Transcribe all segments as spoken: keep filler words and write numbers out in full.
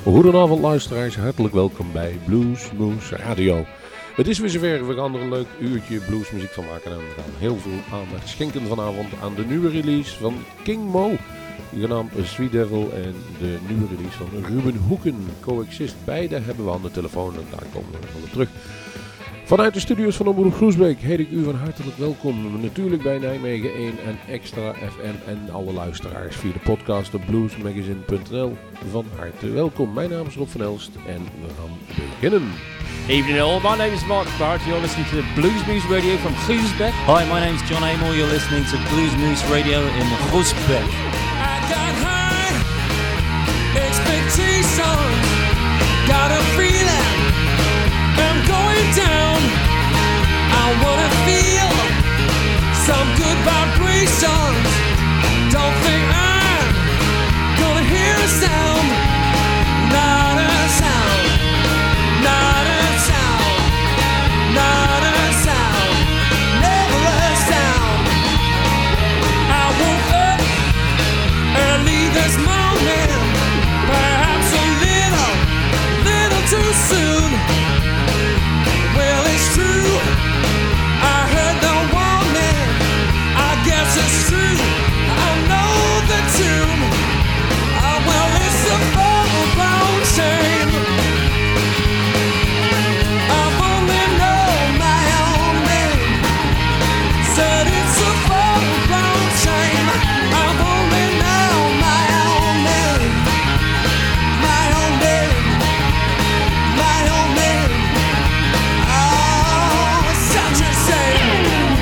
Goedenavond luisteraars, hartelijk welkom bij Bluesmoose Radio. Het is weer zover, we gaan er een leuk uurtje bluesmuziek van maken en we gaan heel veel aandacht schenken vanavond aan de nieuwe release van King Mo, genaamd Sweet Devil, en de nieuwe release van Ruben Hoeken, Coexist. Beide hebben we aan de telefoon en daar komen we van terug. Vanuit de studio's van Omroep Groesbeek heet ik u van hartelijk welkom. Natuurlijk bij Nijmegen één en Extra F M en alle luisteraars via de podcast op bluesmagazine punt n l. Van harte welkom. Mijn naam is Rob van Elst en we gaan beginnen. Evening all, my name is Mark Bart. You're listening to Bluesmoose Radio from Groesbeek. Hi, my name is John Amor. You're listening to Bluesmoose Radio in Groesbeek. I got high expectations, got a feeling I'm going down. I wanna feel some good vibrations. Don't think I'm gonna hear a sound, not a sound, not a sound, not a sound, never a sound. I woke up early this morning, perhaps a little, little too soon. Well, it's true, I heard the warning, I guess it's true, I know the tune. Oh, well, it's a full-blown shame, I've only known my own name. Said it's a full-blown shame, I've only known my own name. My own name, my own name. Oh, such a shame.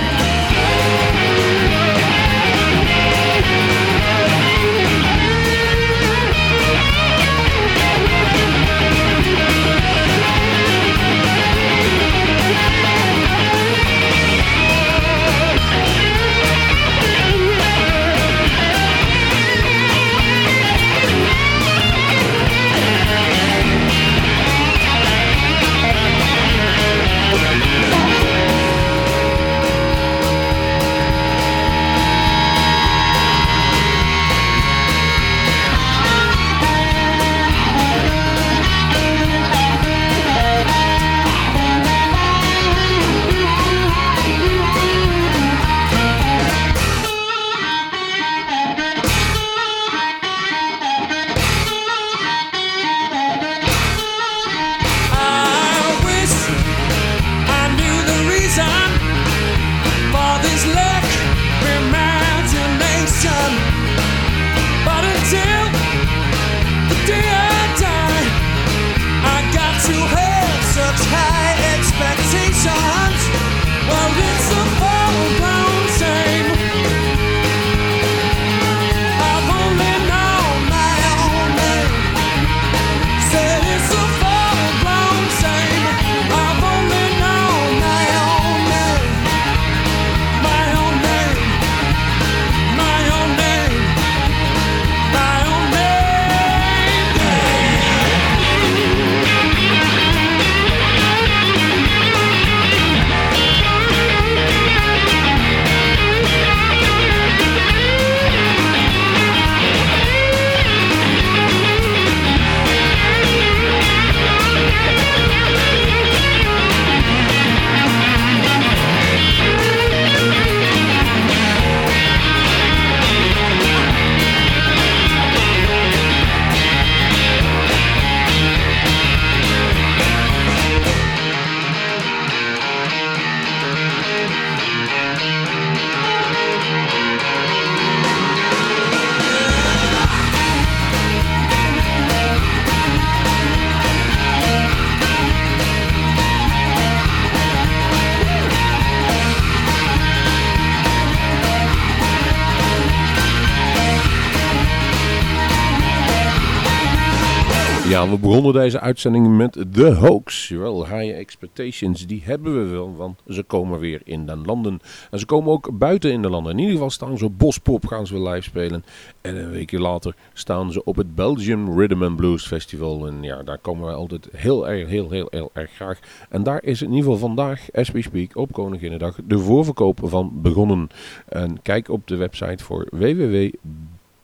Ja, we begonnen deze uitzending met The Hoax. Wel, High Expectations, die hebben we wel, want ze komen weer in de landen. En ze komen ook buiten in de landen. In ieder geval staan ze op Bospop, gaan ze weer live spelen. En een weekje later staan ze op het Belgium Rhythm and Blues Festival. En ja, daar komen we altijd heel erg, heel, heel, heel erg graag. En daar is in ieder geval vandaag, as we speak, op Koninginnedag, de voorverkoop van begonnen. En kijk op de website voor w w w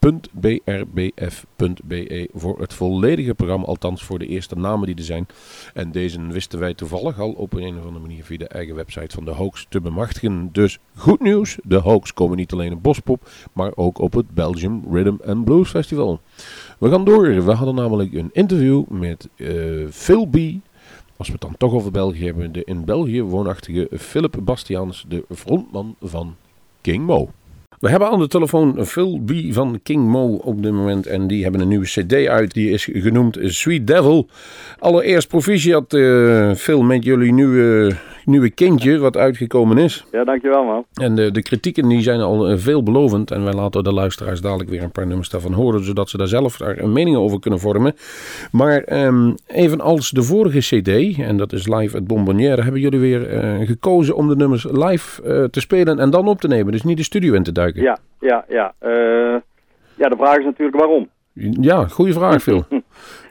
punt b r b f punt b e voor het volledige programma, althans voor de eerste namen die er zijn. En deze wisten wij toevallig al op een of andere manier via de eigen website van de Hoax te bemachtigen. Dus goed nieuws, de Hoax komen niet alleen op Bospop, maar ook op het Belgium Rhythm and Blues Festival. We gaan door, we hadden namelijk een interview met uh, Phil B. Als we het dan toch over België hebben, de in België woonachtige Philip Bastiaans, de frontman van King Mo. We hebben aan de telefoon Phil B. van King Mo op dit moment en die hebben een nieuwe cd uit. Die is genoemd Sweet Devil. Allereerst proficiat uh, Phil met jullie nieuwe, nieuwe kindje wat uitgekomen is. Ja, dankjewel man. En de, de kritieken die zijn al uh, veelbelovend en wij laten de luisteraars dadelijk weer een paar nummers daarvan horen, zodat ze daar zelf daar een mening over kunnen vormen. Maar um, evenals de vorige cd, en dat is Live at Bonbonnière, hebben jullie weer uh, gekozen om de nummers live uh, te spelen en dan op te nemen. Dus niet de studio in te duiken. Ja, ja, ja. Uh, ja, de vraag is natuurlijk waarom. Ja, goede vraag, Phil. uh,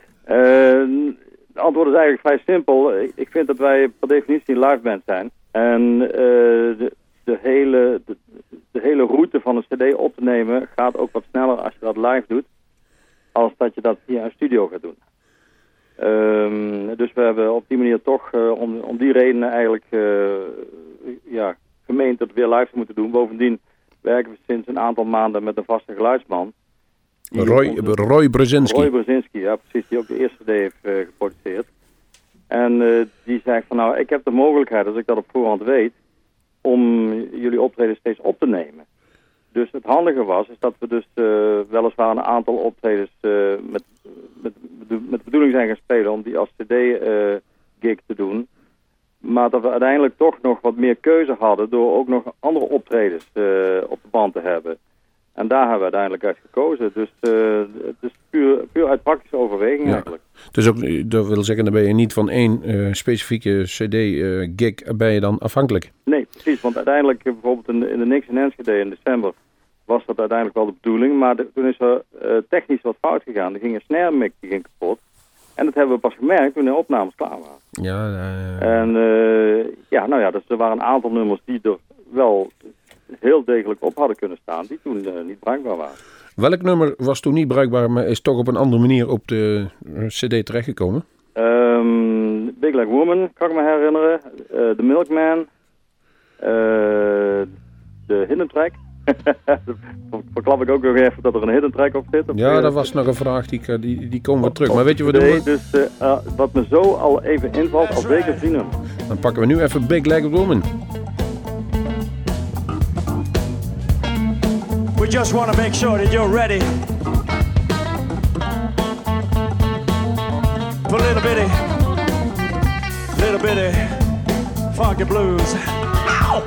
het antwoord is eigenlijk vrij simpel. Ik, ik vind dat wij per definitie een live band zijn. En uh, de, de, hele, de, de hele route van een cd op te nemen gaat ook wat sneller als je dat live doet, als dat je dat via een studio gaat doen. Um, dus we hebben op die manier toch, uh, om, om die redenen eigenlijk, uh, ja, gemeend dat we weer live moeten doen. Bovendien werken we sinds een aantal maanden met een vaste geluidsman. Roy, onze, Roy Brzezinski. Roy Brzezinski, ja precies, die ook de eerste cd heeft uh, geproduceerd. En uh, die zegt van nou, ik heb de mogelijkheid, als ik dat op voorhand weet, om jullie optreden steeds op te nemen. Dus het handige was, is dat we dus uh, weliswaar een aantal optredens uh, met, met, met de bedoeling zijn gaan spelen om die als cd-gig uh, te doen. Maar dat we uiteindelijk toch nog wat meer keuze hadden door ook nog andere optredens uh, op de band te hebben. En daar hebben we uiteindelijk uit gekozen. Dus uh, het is puur, puur uit praktische overweging ja. eigenlijk. Dus ook, dat wil zeggen, dan ben je niet van één uh, specifieke cd-gig uh, ben je dan afhankelijk? Nee, precies. Want uiteindelijk, bijvoorbeeld in de, in de Nix in Enschede in december, was dat uiteindelijk wel de bedoeling. Maar de, toen is er uh, technisch wat fout gegaan. Er ging een snare mic die ging kapot. En dat hebben we pas gemerkt toen de opnames klaar waren. Ja, uh... En uh, ja, nou ja, dus er waren een aantal nummers die er wel heel degelijk op hadden kunnen staan, die toen uh, niet bruikbaar waren. Welk nummer was toen niet bruikbaar, maar is toch op een andere manier op de cd terechtgekomen? Um, Big Leg Woman, kan ik me herinneren. Uh, The Milkman. Uh, de Hidden Track. Verklap ik ook nog even dat er een hidden track op zit. Of ja, uh, dat was nog een vraag, die, die, die komen we terug. Maar weet je wat doen we? Dus uh, uh, wat me zo al even invalt, al zeker zien hem. Dan pakken we nu even Big Leg Woman. We just want to make sure that you're ready. Put a little bitty, little bitty funky blues. Ow!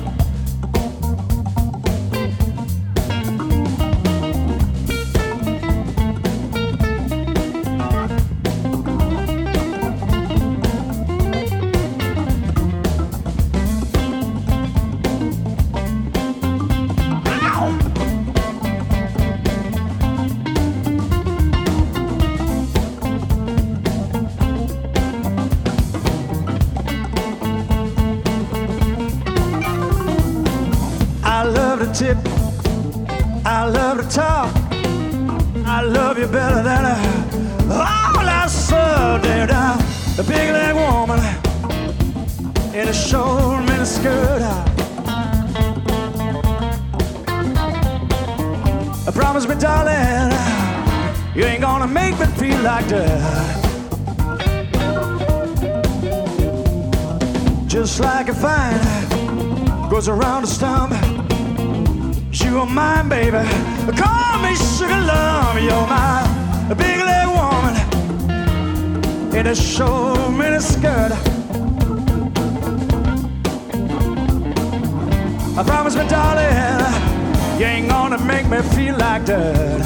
Tip. I love to talk. I love you better than all I saw there down. The big leg woman in a short mini skirt. I promise me, darling, you ain't gonna make me feel like that. Just like a vine goes around the stump. You're mine, baby. Call me sugar love. You're my big leg woman in a short mini skirt. I promise me, darling, you ain't gonna make me feel like that.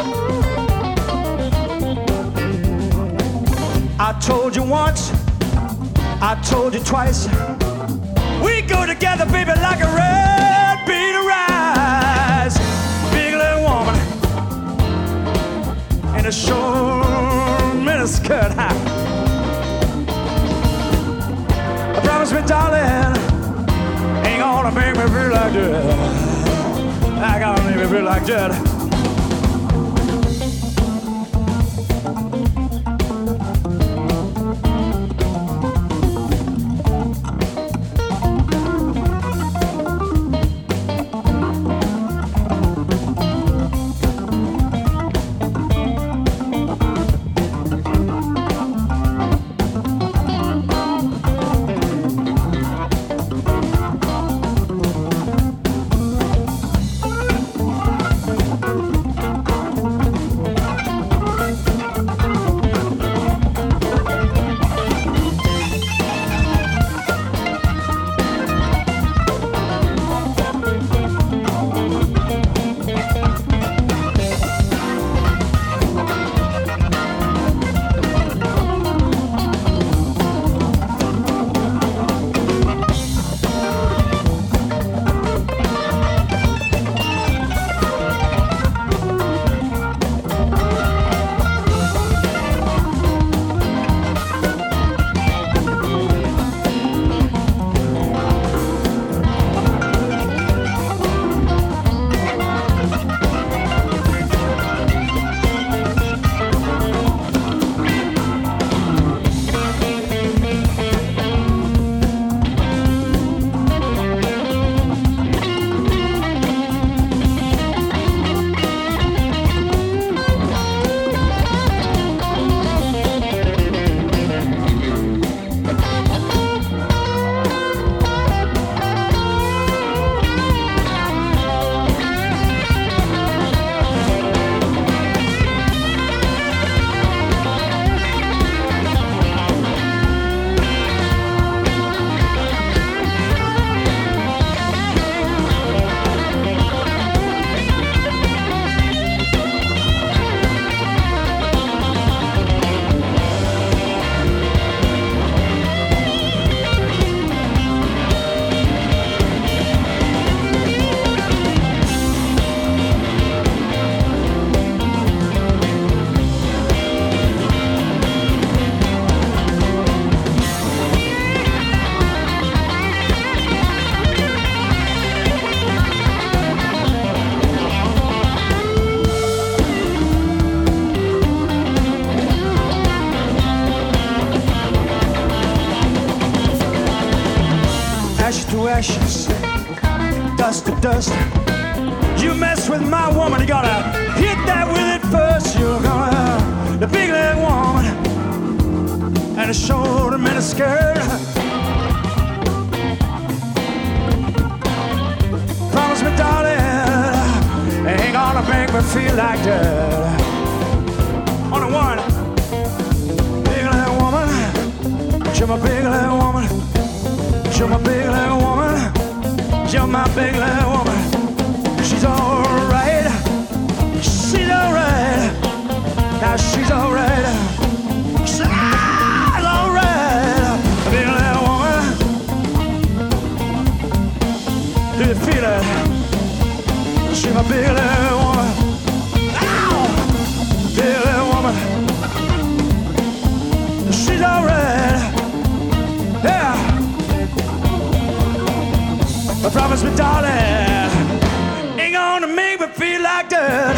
I told you once, I told you twice. We go together, baby, like a red bean of rice. Big little woman in a short mini skirt. I promise me, darling, ain't gonna make me feel like that. I gotta make me feel like that. ashes to ashes, dust to dust. You mess with my woman, you gotta hit that with it first. You're gonna, the big leg woman, and a shoulder mini skirt. Promise me, darling, ain't gonna make me feel like that. Only one, big leg woman, you're my big leg woman, you're my big leg woman, you're my big leg woman. She's alright, she's alright, now she's alright, she's alright, big little woman. Do you feel it? She's my big little woman, ow, big little woman. She's alright, yeah. But promise me, darling, ain't gonna make me feel like that.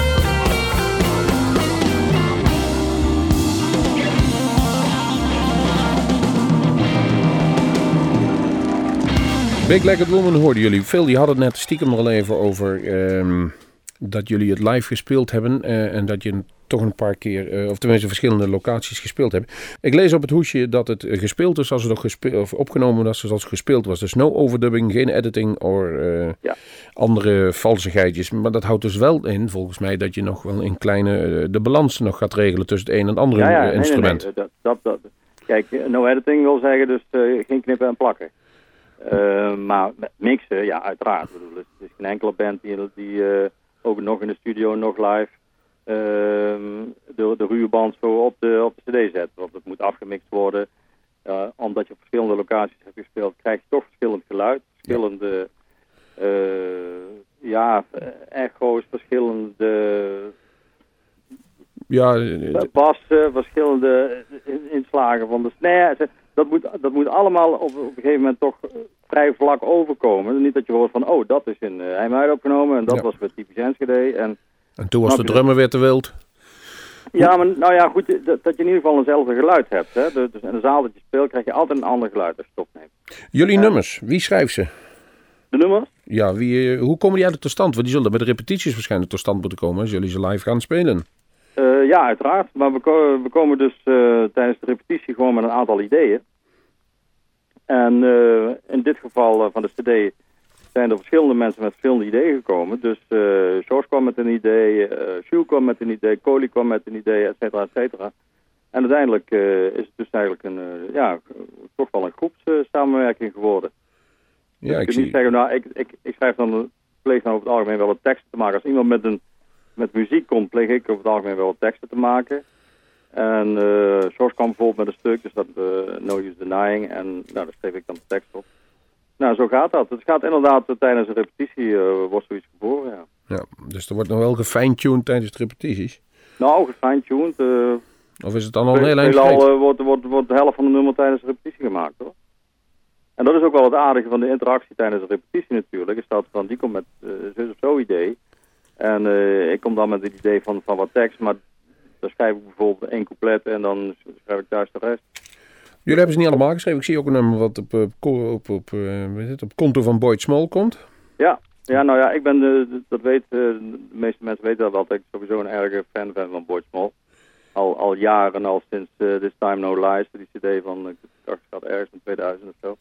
Big Legged Woman hoorden jullie. Phil, die had het net stiekem er al even over um, dat jullie het live gespeeld hebben uh, en dat je toch een paar keer, uh, of tenminste verschillende locaties gespeeld hebben. Ik lees op het hoesje dat het gespeeld is als het ook gespeeld, of opgenomen was zoals het gespeeld was. Dus no overdubbing, geen editing of uh, ja. andere valsigheidjes. Maar dat houdt dus wel in, volgens mij, dat je nog wel in kleine uh, de balans nog gaat regelen tussen het een en het andere ja, ja, instrument. Nee, nee, nee. Dat, dat, dat. Kijk, no editing wil zeggen dus uh, geen knippen en plakken. Uh, maar met mixen, ja, uiteraard. Ik bedoel, het is geen enkele band die, die uh, ook nog in de studio, nog live, uh, de, de ruwe band zo op de, op de cd zet. Want het moet afgemixt worden. Uh, omdat je op verschillende locaties hebt gespeeld, krijg je toch verschillend geluid. Verschillende uh, ja, echo's, verschillende ja, uh, bassen, verschillende inslagen van de snare. Dat moet, dat moet allemaal op, op een gegeven moment toch vrij vlak overkomen. Niet dat je hoort van, oh, dat is in uh, IJmuiden opgenomen en dat ja. was weer typisch Enschede. En, en toen was de drummer weer te wild. Ja, maar nou ja, goed, dat, dat je in ieder geval eenzelfde geluid hebt. Hè? De, dus in de zaal dat je speelt krijg je altijd een ander geluid als je het opneemt. Jullie uh, nummers, wie schrijft ze? De nummers? Ja, wie, uh, hoe komen die eigenlijk tot stand? Want die zullen met de repetities waarschijnlijk tot stand moeten komen als jullie ze live gaan spelen. Uh, ja, uiteraard. Maar we, ko- we komen dus uh, tijdens de repetitie gewoon met een aantal ideeën. En uh, in dit geval uh, van de cd zijn er verschillende mensen met verschillende ideeën gekomen. Dus uh, George kwam met een idee, uh, Jules kwam met een idee, Coley kwam met een idee, et cetera, et cetera. En uiteindelijk uh, is het dus eigenlijk een, uh, ja, toch wel een groepssamenwerking uh, geworden. Ja, dus ik, ik kan niet zeggen, nou, ik, ik, ik schrijf dan, pleeg dan over het algemeen wel wat teksten te maken. Als iemand met een Met muziek komt, pleeg ik over het algemeen wel teksten te maken. En uh, George kwam bijvoorbeeld met een stuk, dus dat uh, No Use Denying. En nou, daar schreef ik dan de tekst op. Nou, zo gaat dat. Het gaat inderdaad uh, tijdens een repetitie, uh, wordt zoiets geboren, ja. Ja, dus er wordt nog wel gefine-tuned tijdens de repetities? Nou, gefine-tuned. Uh, of is het dan al een heel eind Veelal uh, wordt, wordt, wordt de helft van de nummer tijdens de repetitie gemaakt, hoor. En dat is ook wel het aardige van de interactie tijdens de repetitie natuurlijk. Is dat van, die komt met uh, zus of zo idee. En uh, ik kom dan met het idee van, van wat tekst, maar dan schrijf ik bijvoorbeeld één couplet en dan schrijf ik thuis de rest. Jullie hebben ze niet allemaal geschreven. Ik zie ook een nummer wat op, op, op, op, uh, op konto van Boyd Small komt. Ja, ja, nou ja, ik ben, de, dat weet, uh, de meeste mensen weten dat wel, dat ik sowieso een erge fan ben van Boyd Small. Al, al jaren, al sinds uh, This Time No Lies, die cd van, ik dacht het gaat ergens in tweeduizend of zo.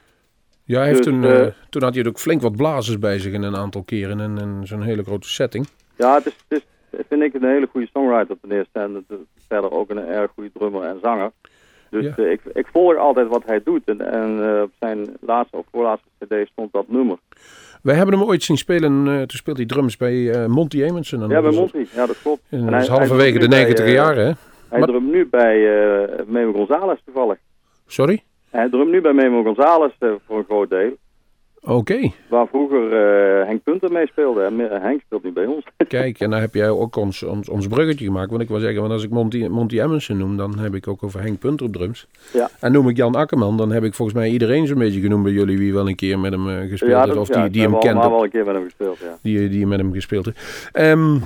Ja, hij heeft dus, toen, uh, uh, toen had hij ook flink wat blazers bij zich in een aantal keren en, en zo'n hele grote setting. Ja, het is, het is, vind ik, een hele goede songwriter ten eerste en het, verder ook een erg goede drummer en zanger. Dus ja. uh, ik, ik volg altijd wat hij doet en, en uh, op zijn laatste of voorlaatste cd stond dat nummer. Wij hebben hem ooit zien spelen, uh, toen speelt hij drums bij uh, Monty Amonson. Ja, bij Monty, ja dat klopt. En dat is halverwege de negentiger jaren, hè? Hij maar... drumt nu bij uh, Memo Gonzalez toevallig. Sorry? Hij drumt nu bij Memo Gonzalez uh, voor een groot deel. Oké. Okay. Waar vroeger uh, Henk Punter mee speelde. En Henk speelt nu bij ons. Kijk, en dan heb jij ook ons, ons, ons bruggetje gemaakt. Want ik wil zeggen, want als ik Monty, Monty Amonson noem, dan heb ik ook over Henk Punter op drums. Ja. En noem ik Jan Akkerman, dan heb ik volgens mij iedereen zo'n beetje genoemd bij jullie wie wel een keer met hem uh, gespeeld ja, heeft. Of ja, die, die hem kent. Ja, wel een keer met hem gespeeld, ja. Die, die met hem gespeeld heeft. Um,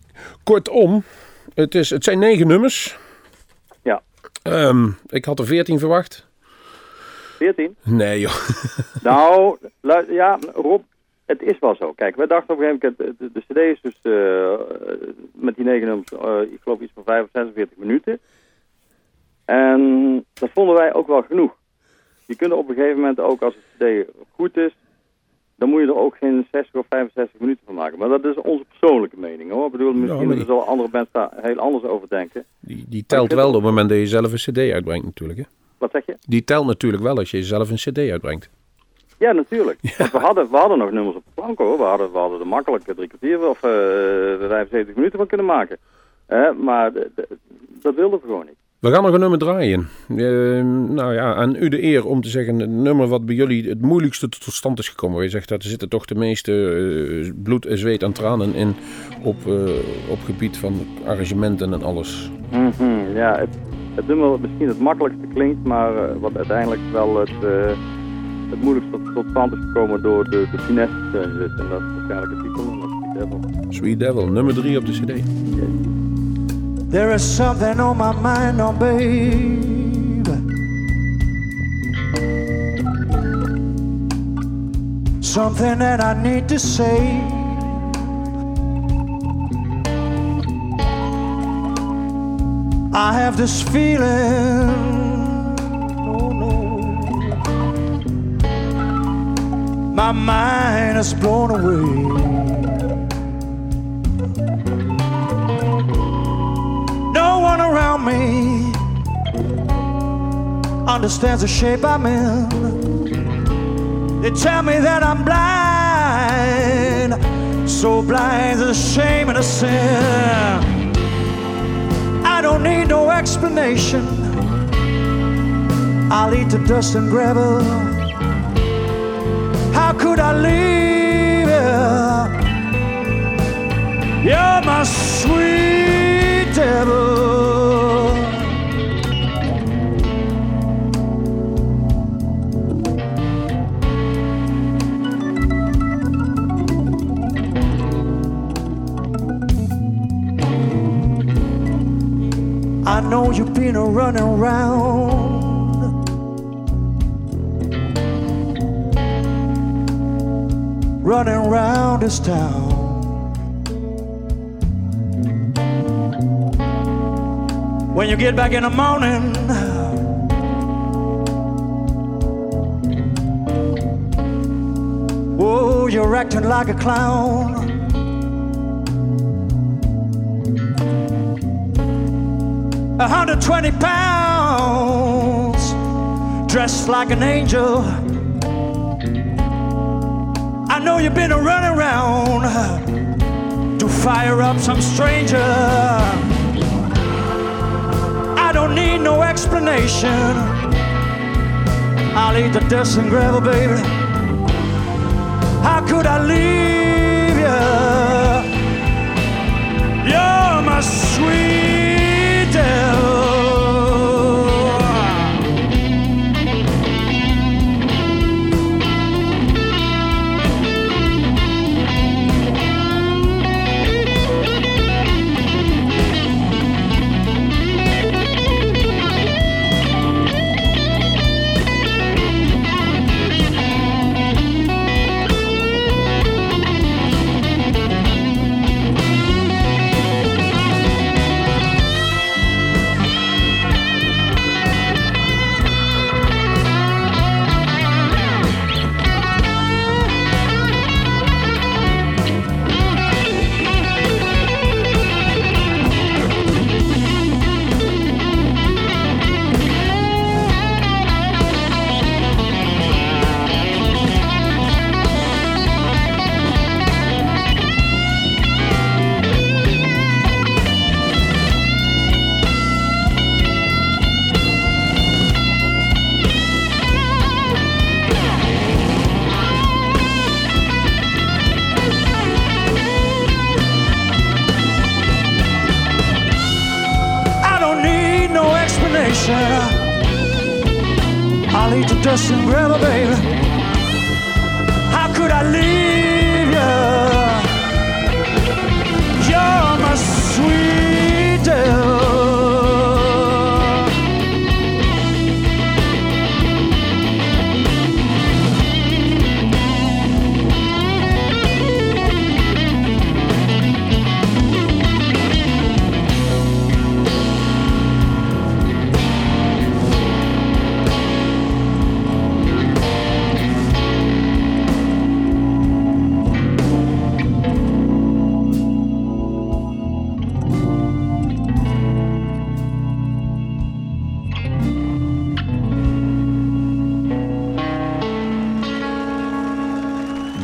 kortom, het, is, het zijn negen nummers. Ja. Um, ik had er veertien verwacht. veertien? Nee, joh. Nou, lu- ja, Rob, het is wel zo. Kijk, wij dachten op een gegeven moment, de, de, de cd is dus uh, met die negen nummers, uh, ik geloof iets van vijf of zesenveertig minuten. En dat vonden wij ook wel genoeg. Je kunt er op een gegeven moment ook, als de cd goed is, dan moet je er ook geen zestig of vijfenzestig minuten van maken. Maar dat is onze persoonlijke mening, hoor. Ik bedoel, misschien maar die- zullen andere bands daar heel anders over denken. Die, die telt wel op het moment dat je zelf een cd uitbrengt natuurlijk, hè? Wat zeg je? Die telt natuurlijk wel als je zelf een cd uitbrengt. Ja, natuurlijk. Want we hadden, we hadden nog nummers op de plank, hoor. We hadden, we hadden er makkelijk drie kwartier of uh, vijfenzeventig minuten van kunnen maken. Eh, maar de, de, dat wilden we gewoon niet. We gaan nog een nummer draaien. Uh, nou ja, aan u de eer om te zeggen, het nummer wat bij jullie het moeilijkste tot stand is gekomen. Je zegt dat er zitten toch de meeste uh, bloed, zweet en tranen in op, uh, op gebied van arrangementen en alles. Mm-hmm, ja, het, het nummer wat misschien het makkelijkste klinkt, maar uh, wat uiteindelijk wel het, uh, het moeilijkste tot, tot stand is gekomen door de, de finesse die erin zit. En dat is waarschijnlijk het titelnummer, Sweet Devil. Sweet Devil, nummer drie op de cd. Yes. There is something on my mind, oh babe. Something that I need to say. I have this feeling, oh no, my mind is blown away. Around me understands the shape I'm in. They tell me that I'm blind, so blind to the shame and the sin. I don't need no explanation. I'll eat the dust and gravel. How could I leave you? You're my sweet devil. I know you've been a running around, running around this town. When you get back in the morning, oh, you're acting like a clown. one hundred twenty pounds, dressed like an angel. I know you've been running around to fire up some stranger. I don't need no explanation. I'll eat the dust and gravel, baby. How could I leave you? You're my sweet devil. I'll eat the dust and gravel, baby. How could I leave you? You're my sweet devil.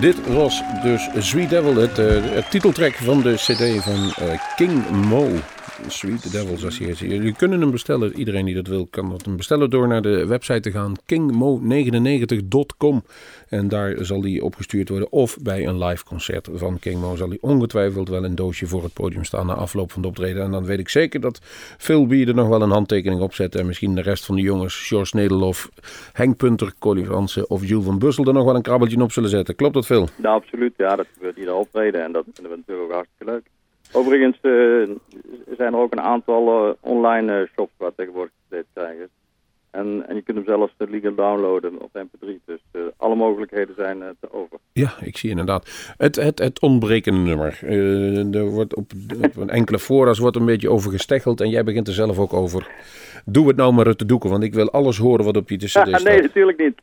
Dit was dus Sweet Devil, het, uh, het titeltrack van de cd van uh, King Mo. Sweet Devil, zoals je ziet. Jullie kunnen hem bestellen. Iedereen die dat wil, kan dat hem bestellen door naar de website te gaan. king mo negenennegentig punt com. En daar zal die opgestuurd worden. Of bij een live concert van King Mo zal hij ongetwijfeld wel een doosje voor het podium staan na afloop van de optreden. En dan weet ik zeker dat Phil B. er nog wel een handtekening op zet. En misschien de rest van de jongens, George Nederlof, Henk Punter, Colly Fransen of Jules van Bussel er nog wel een krabbeltje op zullen zetten. Klopt dat, Phil? Ja, absoluut. Ja, dat gebeurt ieder optreden. En dat vinden we natuurlijk ook hartstikke leuk. Overigens uh, zijn er ook een aantal uh, online uh, shops waar tegenwoordig dit krijgen. En, en je kunt hem zelfs uh, legal downloaden op M P drie. Dus uh, alle mogelijkheden zijn uh, te over. Ja, ik zie inderdaad. Het, het, het ontbrekende nummer. Uh, er wordt op, op een enkele fora's wordt een beetje over gesteggeld. En jij begint er zelf ook over. Doe het nou maar uit de doeken, want ik wil alles horen wat op je cd staat. Nee, natuurlijk niet.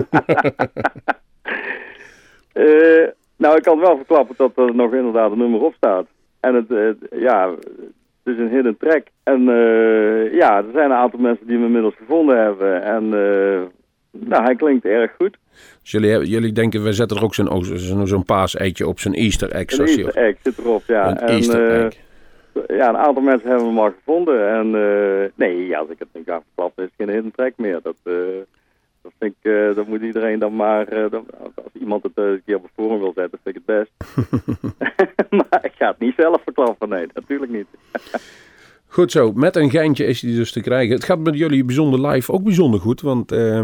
uh, nou, ik kan wel verklappen dat er nog inderdaad een nummer op staat. En het, het, ja, het is een hidden track. En uh, ja, er zijn een aantal mensen die hem inmiddels gevonden hebben. En uh, nou, hij klinkt erg goed. Dus jullie, jullie denken, we zetten er ook zo'n, zo'n, zo'n paaseitje op, zijn Easter egg. Een Easter egg zit erop, ja. Een en, Easter egg. Uh, ja, een aantal mensen hebben hem al gevonden. En uh, nee, ja, als ik het niet ga verklappen, is het geen hidden track meer. Dat... Uh, Dat vind ik, uh, dat moet iedereen dan maar, uh, dan, als iemand het uh, een keer op het forum wil zetten, vind ik het best. Maar ik ga het niet zelf verklappen, nee, natuurlijk niet. Goed zo, met een geintje is die dus te krijgen. Het gaat met jullie bijzonder live ook bijzonder goed, want uh,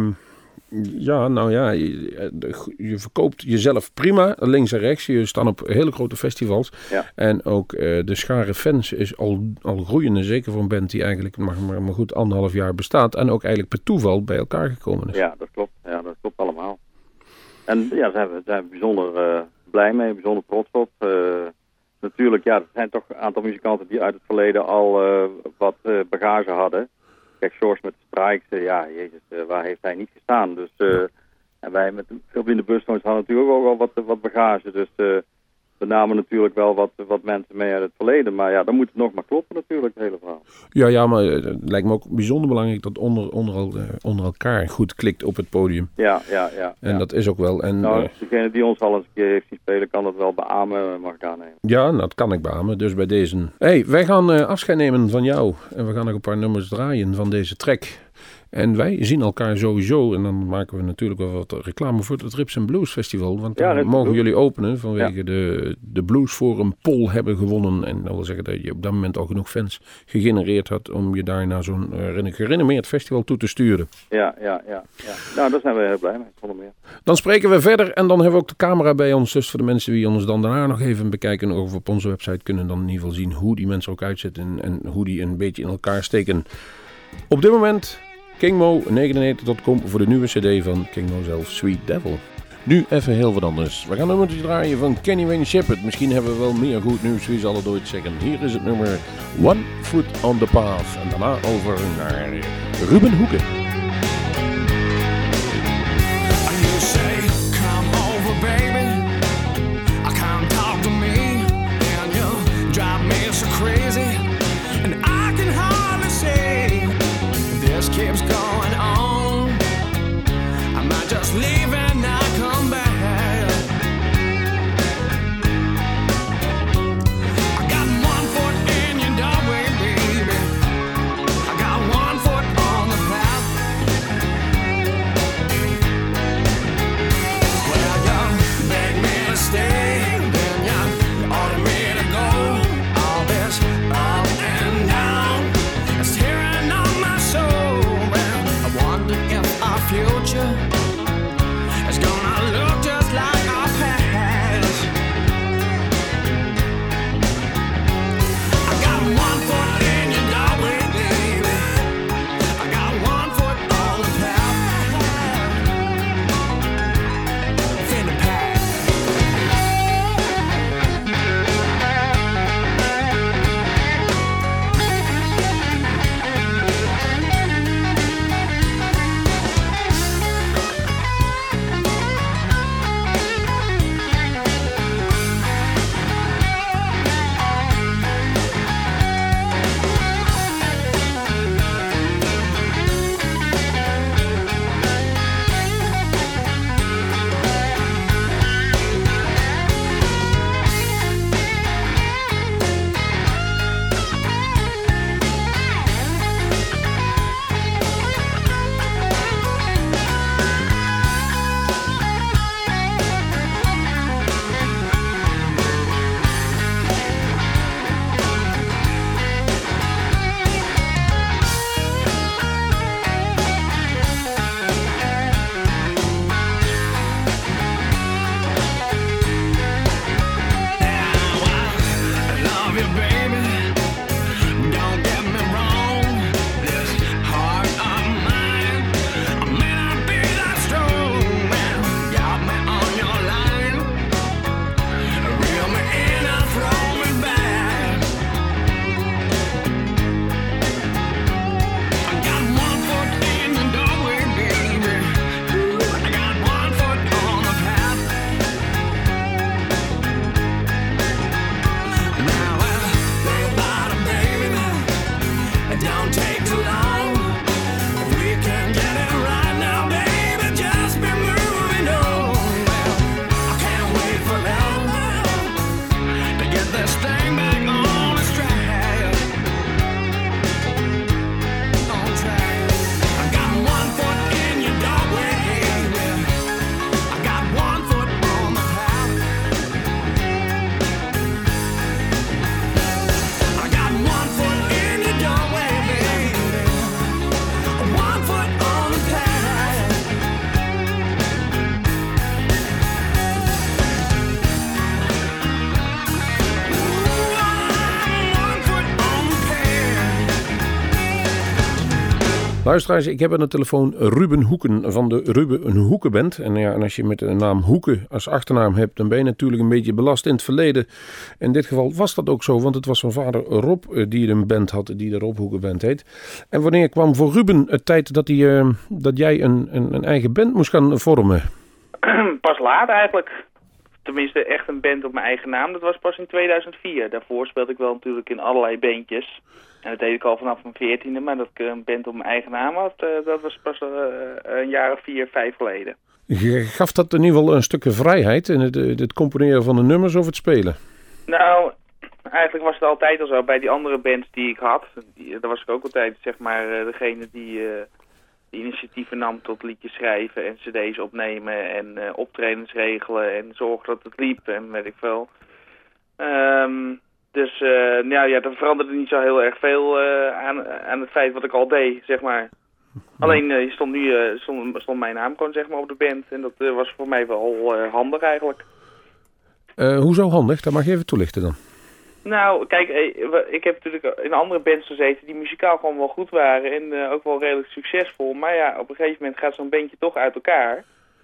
ja, nou ja, je, je verkoopt jezelf prima, links en rechts. Je staat op hele grote festivals. Ja. En ook uh, de schare fans is al, al groeiende, zeker voor een band die eigenlijk maar, maar, maar goed anderhalf jaar bestaat. En ook eigenlijk per toeval bij elkaar gekomen is. Ja, dat klopt. Ja, dat klopt allemaal. En ja, daar zijn we, zijn we bijzonder uh, blij mee, bijzonder trots op. Uh, natuurlijk, ja, er zijn toch een aantal muzikanten die uit het verleden al uh, wat uh, bagage hadden. Kijk, George met de Strikes, uh, ja, jezus, uh, waar heeft hij niet gestaan? Dus, uh, en wij met veel in de busstones hadden natuurlijk ook al wat, wat bagage. Dus uh, we namen natuurlijk wel wat, wat mensen mee uit het verleden. Maar ja, dan moet het nog maar kloppen natuurlijk, het hele verhaal. Ja, ja, maar het lijkt me ook bijzonder belangrijk dat onder, onder, uh, onder elkaar goed klikt op het podium. Ja, ja, ja. En ja. dat is ook wel. En, nou, uh, degene die ons al eens een keer heeft zien spelen, kan dat wel beamen, mag ik aannemen. Ja, dat kan ik beamen. Dus bij deze. Hey, wij gaan uh, afscheid nemen van jou. En we gaan nog een paar nummers draaien van deze track. En wij zien elkaar sowieso. En dan maken we natuurlijk wel wat reclame voor het Rips and Blues Festival. Want dan ja, mogen blues. jullie openen vanwege ja. de, de Blues Forum poll hebben gewonnen. En dat wil zeggen dat je op dat moment al genoeg fans gegenereerd had om je daar naar zo'n uh, gerenommeerd festival toe te sturen. Ja, ja, ja, ja. Nou, daar zijn we heel blij mee. Zonder meer. Dan spreken we verder en dan hebben we ook de camera bij ons. Dus voor de mensen die ons dan daarna nog even bekijken of op onze website kunnen dan in ieder geval zien hoe die mensen ook uitzitten en hoe die een beetje in elkaar steken. Op dit moment king mo negenennegentig punt com voor de nieuwe cd van King Mo zelf, Sweet Devil. Nu even heel wat anders. We gaan een nummertje draaien van Kenny Wayne Shepherd. Misschien hebben we wel meer goed nieuws, wie zal het ooit zeggen. Hier is het nummer One Foot on the Path. En daarna over naar Ruben Hoeken. You say, come over baby, I come talk to me, and you drive me so crazy, and I can hardly say, this keeps going on, I might just leave and not come back. I got one foot in your doorway, baby, I got one foot on the path. Well, you beg me to stay, then you order me to go. All this up and down, it's tearing on my soul. Well, I wonder if our future Luisteraars, ik heb aan de telefoon Ruben Hoeken van de Ruben Hoeken Band. En, ja, en als je met de naam Hoeken als achternaam hebt, dan ben je natuurlijk een beetje belast in het verleden. In dit geval was dat ook zo, want het was zijn vader Rob die een band had, die de Rob Hoeken Band heet. En wanneer kwam voor Ruben het tijd dat, hij, uh, dat jij een, een, een eigen band moest gaan vormen? Pas laat eigenlijk. Tenminste, echt een band op mijn eigen naam. Dat was pas in tweeduizend vier. Daarvoor speelde ik wel natuurlijk in allerlei bandjes. En dat deed ik al vanaf mijn veertiende. Maar dat ik een band op mijn eigen naam had, uh, dat was pas uh, een jaar of vier, vijf geleden. Je gaf dat in ieder geval een stukje vrijheid in het, het componeren van de nummers of het spelen? Nou, eigenlijk was het altijd al zo. Bij die andere bands die ik had, die, daar was ik ook altijd zeg maar uh, degene die... Uh, die initiatieven nam tot liedjes schrijven en cd's opnemen en uh, optredens regelen en zorgen dat het liep en weet ik veel. Um, dus uh, nou ja, er veranderde niet zo heel erg veel uh, aan, aan het feit wat ik al deed, zeg maar. Alleen uh, stond nu uh, stond, stond mijn naam gewoon zeg maar op de band en dat uh, was voor mij wel uh, handig eigenlijk. Uh, hoezo handig? Dat mag je even toelichten dan. Nou, kijk, ik heb natuurlijk in andere bands gezeten die muzikaal gewoon wel goed waren en uh, ook wel redelijk succesvol. Maar ja, op een gegeven moment gaat zo'n bandje toch uit elkaar.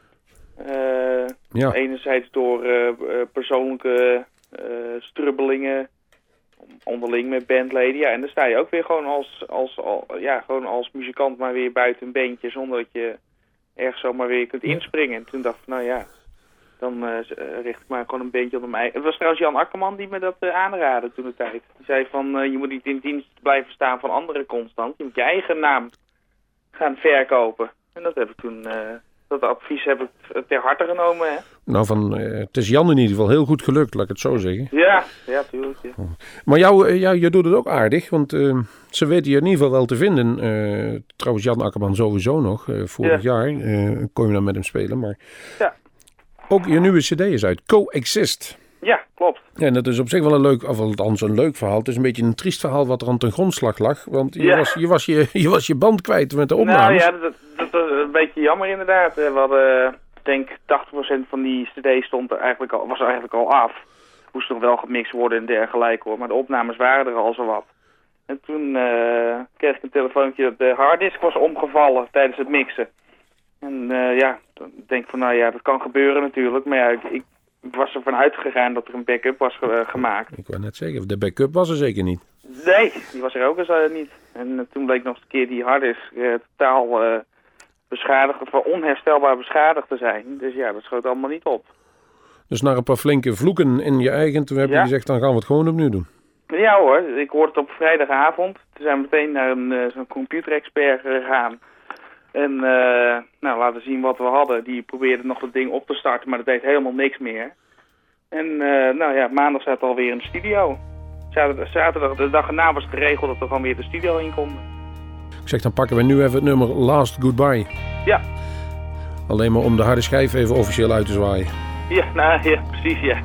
Uh, ja. Enerzijds door uh, persoonlijke uh, strubbelingen onderling met bandleden. Ja, en dan sta je ook weer gewoon als, als, al, ja, gewoon als muzikant maar weer buiten een bandje zonder dat je ergens zomaar weer kunt inspringen. En toen dacht ik, nou ja... Dan uh, richt ik maar gewoon een beetje op mijn eigen... Het was trouwens Jan Akkerman die me dat uh, aanraadde toen de tijd. Die zei van, uh, je moet niet in dienst blijven staan van anderen constant. Je moet je eigen naam gaan verkopen. En dat heb ik toen... Uh, dat advies heb ik ter harte genomen, hè. Nou, van, uh, het is Jan in ieder geval heel goed gelukt, laat ik het zo zeggen. Ja, ja, tuurlijk. Ja. Maar jou, uh, jou, je doet het ook aardig, want uh, ze weten je in ieder geval wel te vinden. Uh, trouwens, Jan Akkerman sowieso nog. Uh, vorig ja. jaar uh, kon je dan met hem spelen, maar... Ja. Ook je nieuwe cd is uit, Coexist. Ja, klopt. Ja, en dat is op zich wel een leuk, of althans een leuk verhaal. Het is een beetje een triest verhaal wat er aan ten grondslag lag. Want je, ja. was, je, was, je, je was je band kwijt met de opnames. Nou ja, dat, dat was een beetje jammer inderdaad. We hadden, ik denk tachtig procent van die cd stond er eigenlijk al, was er eigenlijk al af. Moest nog wel gemixt worden en dergelijke hoor. Maar de opnames waren er al zo wat. En toen uh, kreeg ik een telefoontje dat de harddisk was omgevallen tijdens het mixen. En uh, ja, dan denk ik van nou ja, dat kan gebeuren natuurlijk. Maar ja, ik, ik was ervan uitgegaan dat er een backup was ge- uh, gemaakt. Ik wou net zeggen, de backup was er zeker niet. Nee, die was er ook eens uh, niet. En uh, toen bleek nog eens een keer die harddisk uh, totaal uh, beschadigd, of onherstelbaar beschadigd te zijn. Dus ja, dat schoot allemaal niet op. Dus na een paar flinke vloeken in je eigen, toen heb je ja. gezegd, dan gaan we het gewoon opnieuw doen. Ja hoor, ik hoorde het op vrijdagavond. Toen zijn we meteen naar een, uh, zo'n computerexpert gegaan. En uh, nou, laten zien wat we hadden. Die probeerde nog dat ding op te starten, maar dat deed helemaal niks meer. En uh, nou ja, maandag zaten we alweer in de studio. Zaterdag, zaterdag, de dag erna was het geregeld dat we gewoon weer de studio in konden. Ik zeg, dan pakken we nu even het nummer Last Goodbye. Ja. Alleen maar om de harde schijf even officieel uit te zwaaien. Ja, nou ja, precies ja.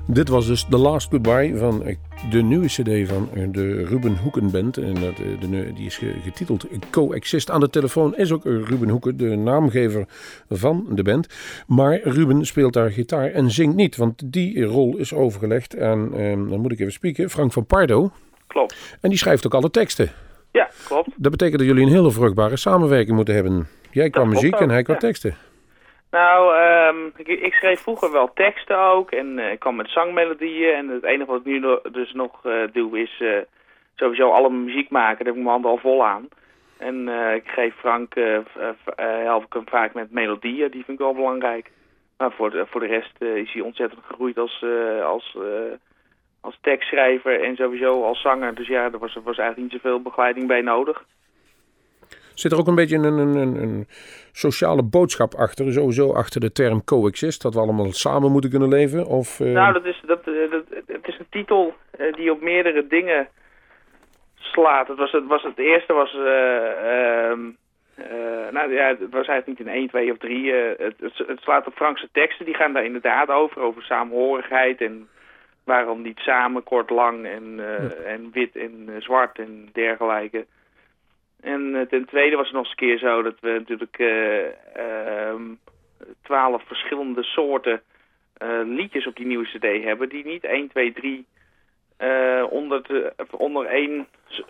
Dit was dus The Last Goodbye van eh, de nieuwe cd van eh, de Ruben Hoeken Band. En dat, eh, de, nu- die is ge- getiteld Coexist. Aan de telefoon is ook eh, Ruben Hoeken, de naamgever van de band. Maar Ruben speelt daar gitaar en zingt niet, want die rol is overgelegd aan, eh, dan moet ik even spieken, Frank van Pardo. Klopt. En die schrijft ook alle teksten. Ja, klopt. Dat betekent dat jullie een hele vruchtbare samenwerking moeten hebben. Jij qua klopt muziek ook, en hij qua ja. teksten. Nou, ehm, ik, ik schreef vroeger wel teksten ook en eh, ik kwam met zangmelodieën. En het enige wat ik nu no- dus nog eh, doe is eh, sowieso alle muziek maken. Daar heb ik mijn handen al vol aan. En eh, ik geef Frank, eh, v- eh, help ik hem vaak met melodieën, die vind ik wel belangrijk. Maar voor de, voor de rest eh, is hij ontzettend gegroeid als, eh, als, eh, als tekstschrijver en sowieso als zanger. Dus ja, er was, er was eigenlijk niet zoveel begeleiding bij nodig. Zit er ook een beetje een, een, een, een sociale boodschap achter, sowieso achter de term coexist, dat we allemaal samen moeten kunnen leven? Of, uh... Nou, dat is, dat, eh, dat, het is een titel eh, die op meerdere dingen slaat. Het, was, het, was, het eerste was, eh, ehm, eh, nou ja, het was eigenlijk niet in één, twee of drie. eh, het, het, het slaat op Frankse teksten, die gaan daar inderdaad over, over saamhorigheid en waarom niet samen, kort, lang en, uh, ja. en wit en uh, zwart en dergelijke. En uh, ten tweede was het nog eens een keer zo dat we natuurlijk twaalf uh, uh, verschillende soorten uh, liedjes op die nieuwe cd hebben, die niet één, twee, drie uh, onder, te, onder één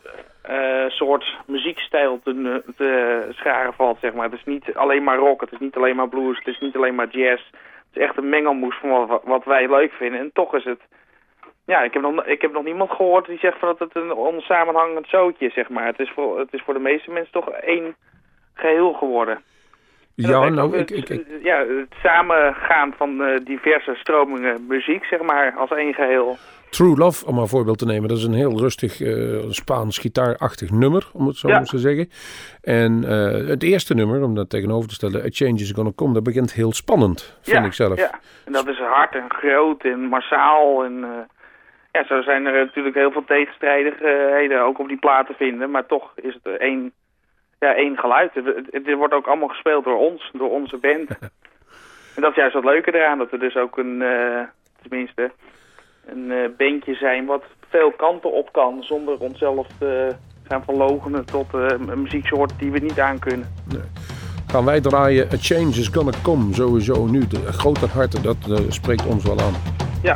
uh, soort muziekstijl te, te scharen valt, zeg maar. Het is niet alleen maar rock, het is niet alleen maar blues, het is niet alleen maar jazz. Het is echt een mengelmoes van wat, wat wij leuk vinden. En toch is het... Ja, ik heb, nog, ik heb nog niemand gehoord die zegt van dat het een onsamenhangend zootje is, zeg maar. Het is voor, het is voor de meeste mensen toch één geheel geworden. Ja, nou, het, ik, ik, ik... Ja, het samengaan van uh, diverse stromingen muziek, zeg maar, als één geheel. True Love, om maar een voorbeeld te nemen, dat is een heel rustig uh, Spaans gitaarachtig nummer, om het zo ja. te zeggen. En uh, het eerste nummer, om dat tegenover te stellen, A Change Is Gonna Come, dat begint heel spannend, vind ja, ik zelf. Ja, en dat is hard en groot en massaal en... Uh, Ja, zo zijn er natuurlijk heel veel tegenstrijdigheden ook op die plaat te vinden. Maar toch is het één, ja, één geluid. Dit wordt ook allemaal gespeeld door ons, door onze band. En dat is juist wat leuker eraan. Dat we dus ook een, uh, tenminste, een uh, bandje zijn wat veel kanten op kan. Zonder onszelf te gaan verloochenen tot uh, een muzieksoort die we niet aankunnen. Nee. Gaan wij draaien A Change Is Gonna Come sowieso nu. De grote harten, dat uh, spreekt ons wel aan. Ja.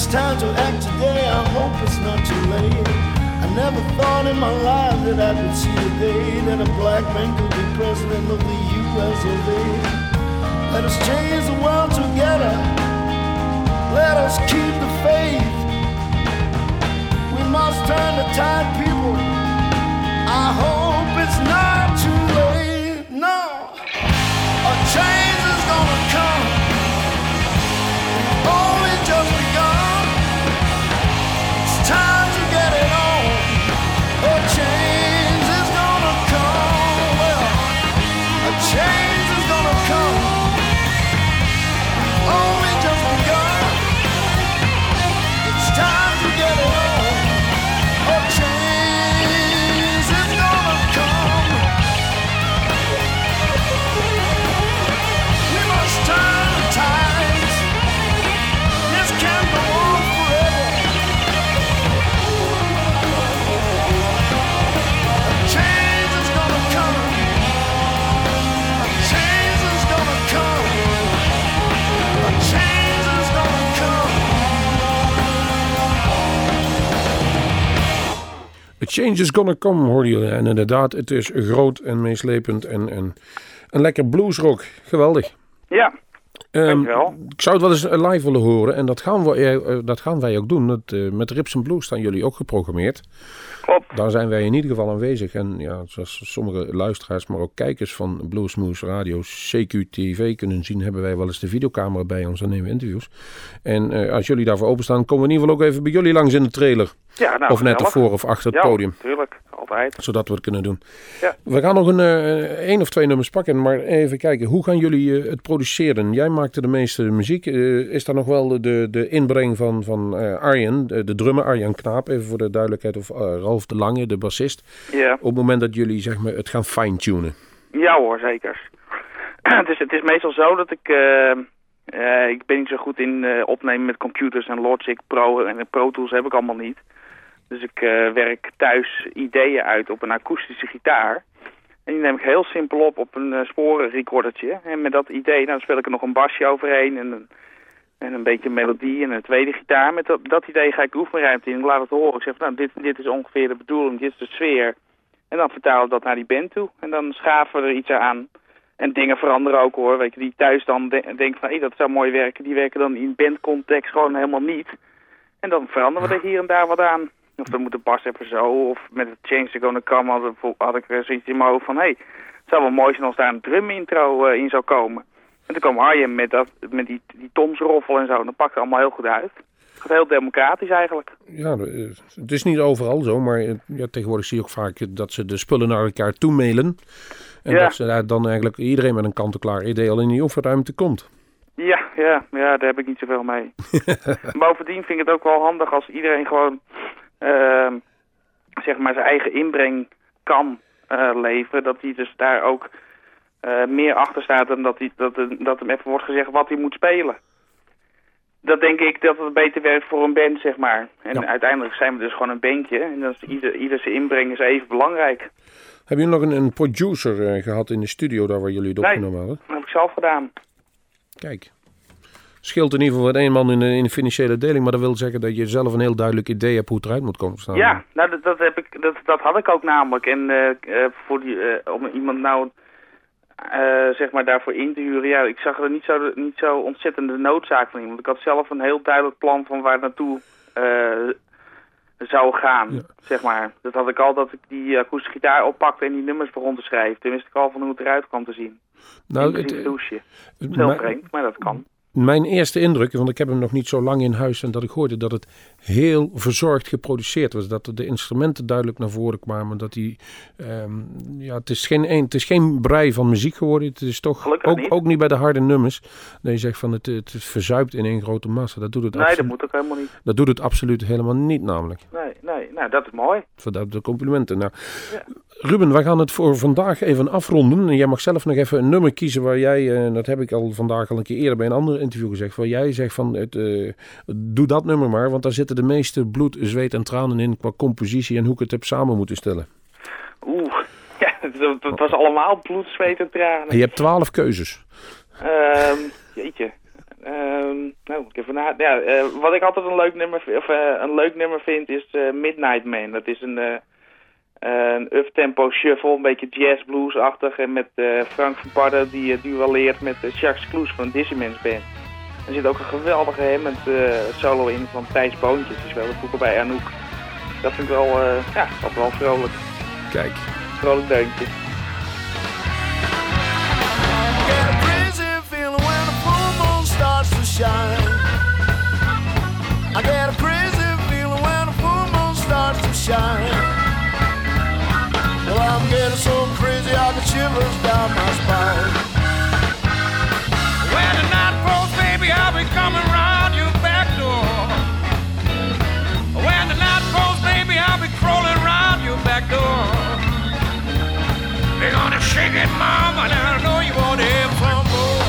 time to act today. I hope it's not too late. I never thought in my life that I could see a day that a black man could be president of the U S of A. Let us change the world together. Let us keep the faith. We must turn the tide, people. I hope it's not too late. No, a change is gonna come. Only just begun. It's time to get it on. A change is gonna come. Well, a change is gonna come. Only just begun. It's time to get it on. A change is gonna come. We must turn the tides. This can't go on forever. A change is gonna come. A change is gonna come. A change is gonna come. A change is gonna come, hoorde je. En inderdaad, het is groot en meeslepend en, en een lekker bluesrock. Geweldig. Ja, Ehm, dankjewel. ik zou het wel eens eh, live willen horen en dat gaan, we, eh, dat gaan wij ook doen. Dat, eh, met Rips and Blues staan jullie ook geprogrammeerd. Klopt. Daar zijn wij in ieder geval aanwezig. En ja, zoals sommige luisteraars, maar ook kijkers van Bluesmoose Radio, C Q T V kunnen zien, hebben wij wel eens de videocamera bij ons en nemen we interviews. En eh, als jullie daarvoor openstaan, komen we in ieder geval ook even bij jullie langs in de trailer. Ja, nou, of net gezellig. ervoor of achter het Ja, podium. tuurlijk. Altijd. Zodat we het kunnen doen. Ja. We gaan nog een eh, één of twee nummers pakken, maar even kijken. Hoe gaan jullie eh, het produceren? Jij maakte de meeste muziek. Eh, is daar nog wel de, de inbreng van, van eh, Arjen, de, de drummer Arjen Knaap, even voor de duidelijkheid, of eh, Ralf de Lange, de bassist. Ja. Op het moment dat jullie zeg maar, het gaan fine-tunen. Ja hoor, zeker. het, is, het is meestal zo dat ik... eh, eh, ik ben niet zo goed in eh, opnemen met computers en Logic Pro en Pro Tools heb ik allemaal niet. Dus ik eh, werk thuis ideeën uit op een akoestische gitaar. En die neem ik heel simpel op op een uh, sporenrecordertje. En met dat idee, nou, dan speel ik er nog een basje overheen en een, en een beetje melodie en een tweede gitaar. Met dat, dat idee ga ik de oefenruimte in. Ik laat het horen. Ik zeg van, nou, dit, dit is ongeveer de bedoeling, dit is de sfeer. En dan vertaal ik dat naar die band toe. En dan schaven we er iets aan. En dingen veranderen ook hoor. Weet je, die thuis dan de- denken van, hé, dat zou mooi werken. Die werken dan in bandcontext gewoon helemaal niet. En dan veranderen we er hier en daar wat aan. Of dan moet de bas even zo. Of met het Change to Gonna Come had, had ik er zoiets in mijn hoofd van... hé, hey, het zou wel mooi zijn als daar een drum intro uh, in zou komen. En toen kwam Arjen met, dat, met die, die tomsroffel en zo. En dat pakte allemaal heel goed uit. Het gaat heel democratisch eigenlijk. Ja, eh, het is niet overal zo, maar eh, ja, tegenwoordig zie je ook vaak dat ze de spullen naar elkaar toe mailen. En Ja. dat ze daar dan eigenlijk iedereen met een kant-en-klaar idee al in die oefenruimte komt. Ja, ja, ja, daar heb ik niet zoveel mee. Bovendien vind ik het ook wel handig als iedereen gewoon... Uh, zeg maar zijn eigen inbreng kan uh, leveren. Dat hij dus daar ook uh, meer achter staat dan dat, hij, dat, dat hem even wordt gezegd wat hij moet spelen. Dat denk ik dat het beter werkt voor een band, zeg maar. En Ja. uiteindelijk zijn we dus gewoon een bandje. En dan is ieder, ieder zijn inbreng is even belangrijk. Hebben jullie nog een, een producer eh, gehad in de studio daar waar jullie het Nee. opgenomen hadden? Dat heb ik zelf gedaan. Kijk. Scheelt in ieder geval wat één man in de, in de financiële deling, maar dat wil zeggen dat je zelf een heel duidelijk idee hebt hoe het eruit moet komen te staan. Ja, nou, dat, dat, heb ik, dat, dat had ik ook namelijk. En uh, uh, voor die, uh, om iemand nou uh, zeg maar daarvoor in te huren, ja, ik zag er niet zo, niet zo ontzettende noodzaak van in. Want ik had zelf een heel duidelijk plan van waar het naartoe uh, zou gaan, Ja. zeg maar. Dat had ik al dat ik die akoestische gitaar oppakte en die nummers begon te schrijven. Toen wist ik al van hoe het eruit kwam te zien. Nou, Inclusief het, douche. het- Heel mijn- vreemd, maar dat kan. Mijn eerste indruk, want ik heb hem nog niet zo lang in huis en dat ik hoorde dat het heel verzorgd geproduceerd was. Dat de instrumenten duidelijk naar voren kwamen. Dat die, ehm, ja, het is geen, een, het is geen brei van muziek geworden. Het is toch Gelukkig ook niet. ook niet bij de harde nummers. Dat je zegt van het, het is verzuipt in één grote massa. Dat doet het, Nee, dat absoluut, moet ook helemaal niet. dat doet het absoluut helemaal niet namelijk. Nee, nee, nou, dat is mooi. Vandaar de complimenten. Nou, Ja. Ruben, wij gaan het voor vandaag even afronden. En jij mag zelf nog even een nummer kiezen waar jij, en dat heb ik al vandaag al een keer eerder bij een ander interview gezegd, waar jij zegt van, het, uh, doe dat nummer maar, want daar zitten de meeste bloed, zweet en tranen in qua compositie en hoe ik het heb samen moeten stellen. Oeh, ja, het, het was allemaal bloed, zweet en tranen. En je hebt twaalf keuzes. Ehm jeetje. ehm, nou, moet ik even na. Ja, uh, wat ik altijd een leuk nummer, of, uh, een leuk nummer vind is uh, Midnight Man. Dat is een, uh, uh, een up-tempo shuffle, een beetje jazz-blues-achtig. En met uh, Frank van Parden die uh, duelleert met uh, Jacques Kloes van Dissonance Band. Er zit ook een geweldige Hammond uh, solo in van Thijs Boontjes. Die speelde vroeger bij Anouk. Dat vind ik wel, uh, ja, dat wel vrolijk. Kijk. Vrolijk deuntje. Shine. I get a crazy feeling when the full moon starts to shine. Well, I'm getting so crazy I can shivers down my spine. When the night falls, baby, I'll be coming round your back door. When the night falls, baby, I'll be crawling round your back door. We're gonna shake it, mama, and I know you want to hear some more.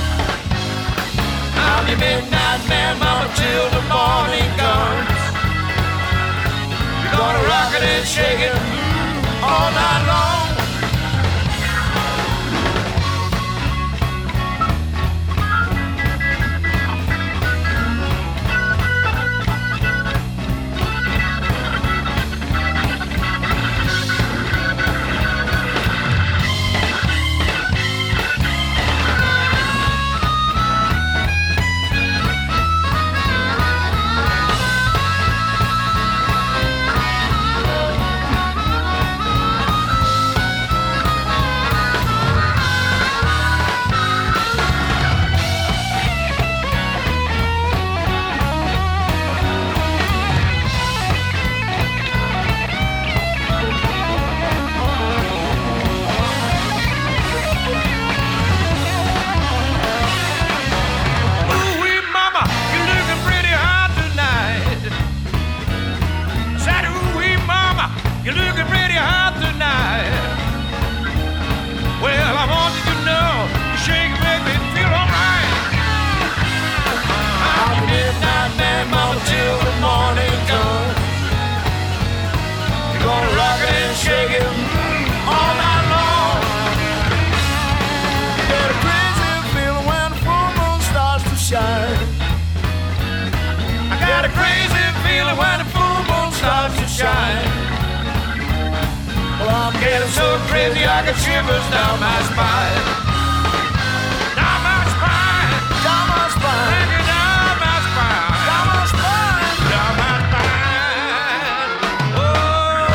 I'm your midnight man, mama, till the morning comes. You're gonna rock it and shake it mm, all night long. So crazy I got shivers down my spine. Down my spine. Down my spine. Take it down my spine. Down my spine. Down my spine. Oh,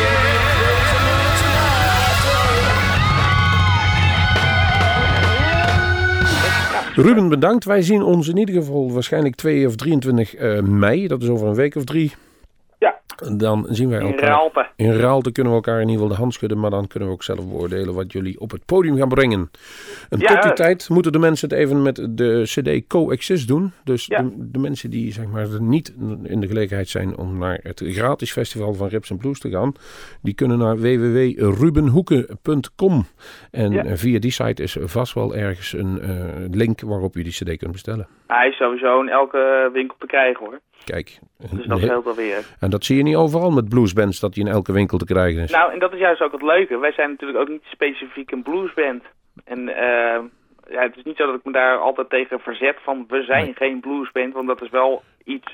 yeah. Ruben, bedankt. Wij zien ons in ieder geval waarschijnlijk twee of drieëntwintig uh, mei. Dat is over een week of drie. Ja. Dan zien wij elkaar. In Raalte. In Raalte kunnen we elkaar in ieder geval de hand schudden. Maar dan kunnen we ook zelf beoordelen wat jullie op het podium gaan brengen. En ja, tot die tijd moeten de mensen het even met de cd Coexist doen. Dus ja. de, de mensen die zeg maar niet in de gelegenheid zijn om naar het gratis festival van Rips en Blues te gaan. Die kunnen naar w w w punt rubenhoeken punt com. En ja. via die site is vast wel ergens een uh, link waarop je die cd kunt bestellen. Hij is sowieso in elke winkel te krijgen hoor. Kijk. Dus dat scheelt alweer. En dat zie je niet overal met bluesbands, dat die in elke winkel te krijgen is. Nou, en dat is juist ook het leuke. Wij zijn natuurlijk ook niet specifiek een bluesband. En uh, ja, het is niet zo dat ik me daar altijd tegen verzet van we zijn nee. geen bluesband. Want dat is wel iets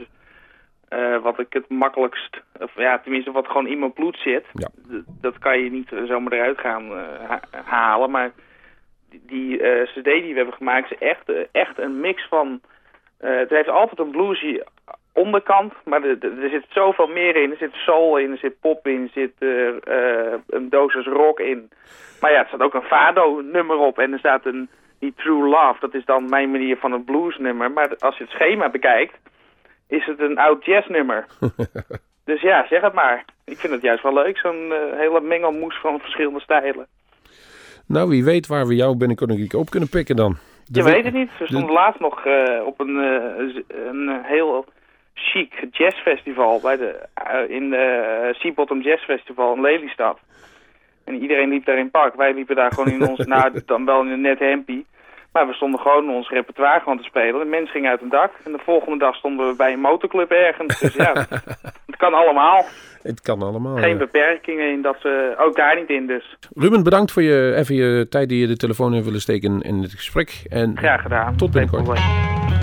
uh, wat ik het makkelijkst, of ja, tenminste wat gewoon in mijn bloed zit. Ja. D- dat kan je niet zomaar eruit gaan uh, ha- halen. Maar die, die uh, cd die we hebben gemaakt is echt, uh, echt een mix van... Uh, het heeft altijd een bluesy onderkant, maar er, er zit zoveel meer in. Er zit soul in, er zit pop in, er zit uh, uh, een dosis rock in. Maar ja, er staat ook een fado-nummer op en er staat een die True Love. Dat is dan mijn manier van een bluesnummer. Maar als je het schema bekijkt, is het een oud jazznummer. Dus ja, zeg het maar. Ik vind het juist wel leuk, zo'n uh, hele mengelmoes van verschillende stijlen. Nou, wie weet waar we jou binnenkort een keer op kunnen pikken dan. De je weet het niet. We stonden de... laatst nog uh, op een, uh, een heel chic jazzfestival bij de, uh, in de uh, Sea Bottom Jazz Festival in Lelystad. En iedereen liep daar in pak. Wij liepen daar gewoon in ons, nou dan wel in een net hempie. Maar we stonden gewoon ons repertoire gewoon te spelen. De mensen gingen uit een dak. En de volgende dag stonden we bij een motorclub ergens. Dus ja, het kan allemaal. Het kan allemaal. Geen ja. beperkingen in dat ze ook daar niet in dus. Ruben, bedankt voor je, even je tijd die je de telefoon in willen steken in het gesprek. En graag gedaan. Tot binnenkort.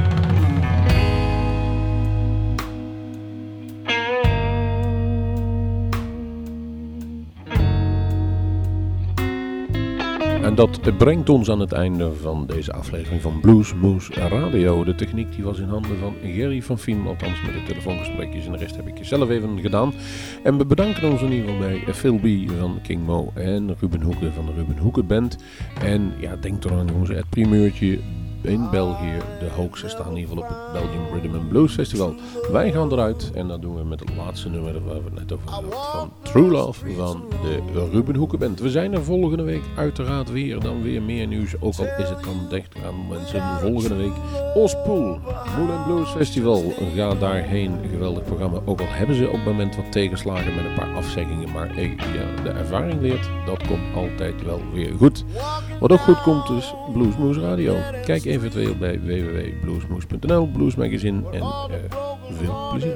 En dat brengt ons aan het einde van deze aflevering van Bluesmoose Radio. De techniek die was in handen van Gerry van Viem, althans met de telefoongesprekjes en de rest heb ik zelf even gedaan. En we bedanken ons in ieder geval bij Phil B van King Mo en Ruben Hoeken van de Ruben Hoeken Band. En ja, denk eraan jongens, het primeurtje in België. De hoogste staan in ieder geval op het Belgium Rhythm and Blues Festival. Wij gaan eruit en dat doen we met het laatste nummer waar we het net over hadden. Van True Love van de Ruben Hoeken Band. We zijn er volgende week uiteraard weer. Dan weer meer nieuws. Ook al is het dan dicht aan mensen. Volgende week Oostpool. Moon and Blues Festival. Ga daarheen. Geweldig programma. Ook al hebben ze op het moment wat tegenslagen met een paar afzeggingen. Maar eh, ja, de ervaring leert. Dat komt altijd wel weer goed. Wat ook goed komt is Bluesmoose Radio. Kijk eventueel bij w w w punt bluesmoose punt n l, Blues Magazine en uh, veel plezier.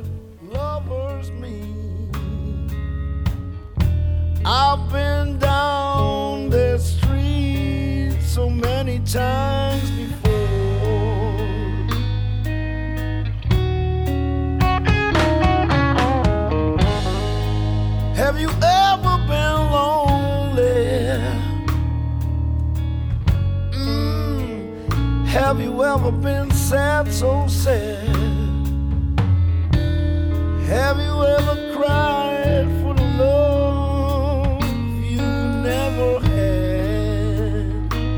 I've been down the street so many times before. Have you ever been lonely? Have you ever been sad, so sad? Have you ever cried for the love you never had?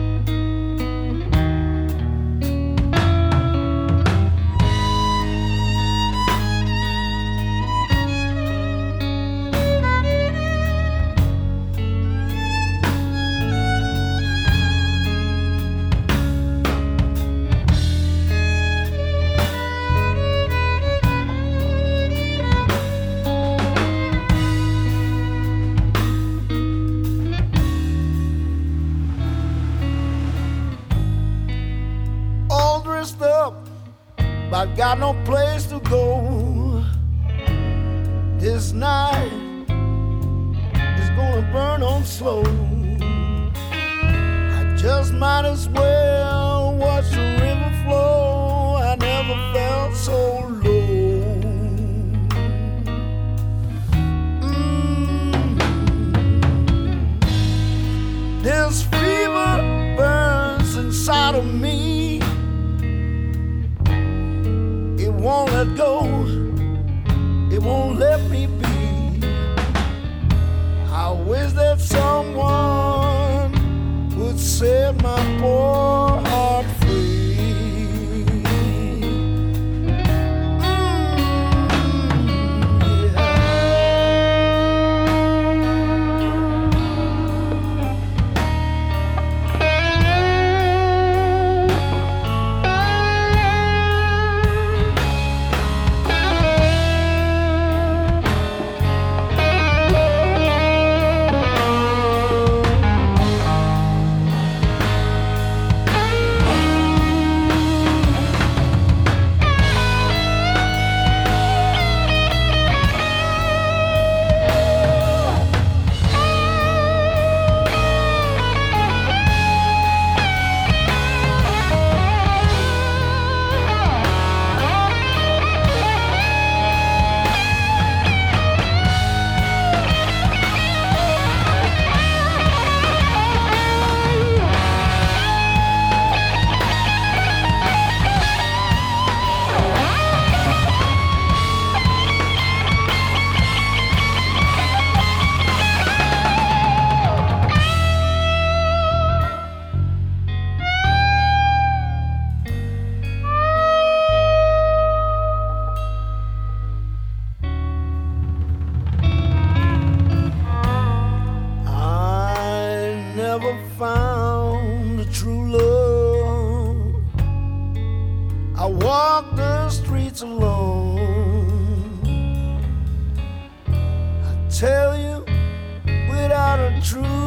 I've got no place to go. This night is gonna burn on slow. I just might as well watch the river flow. I never felt so low. Mm. This fever burns inside of me. It won't let go, it won't let me be. I wish that someone would set my poor heart free. Mm, Tell you, without a true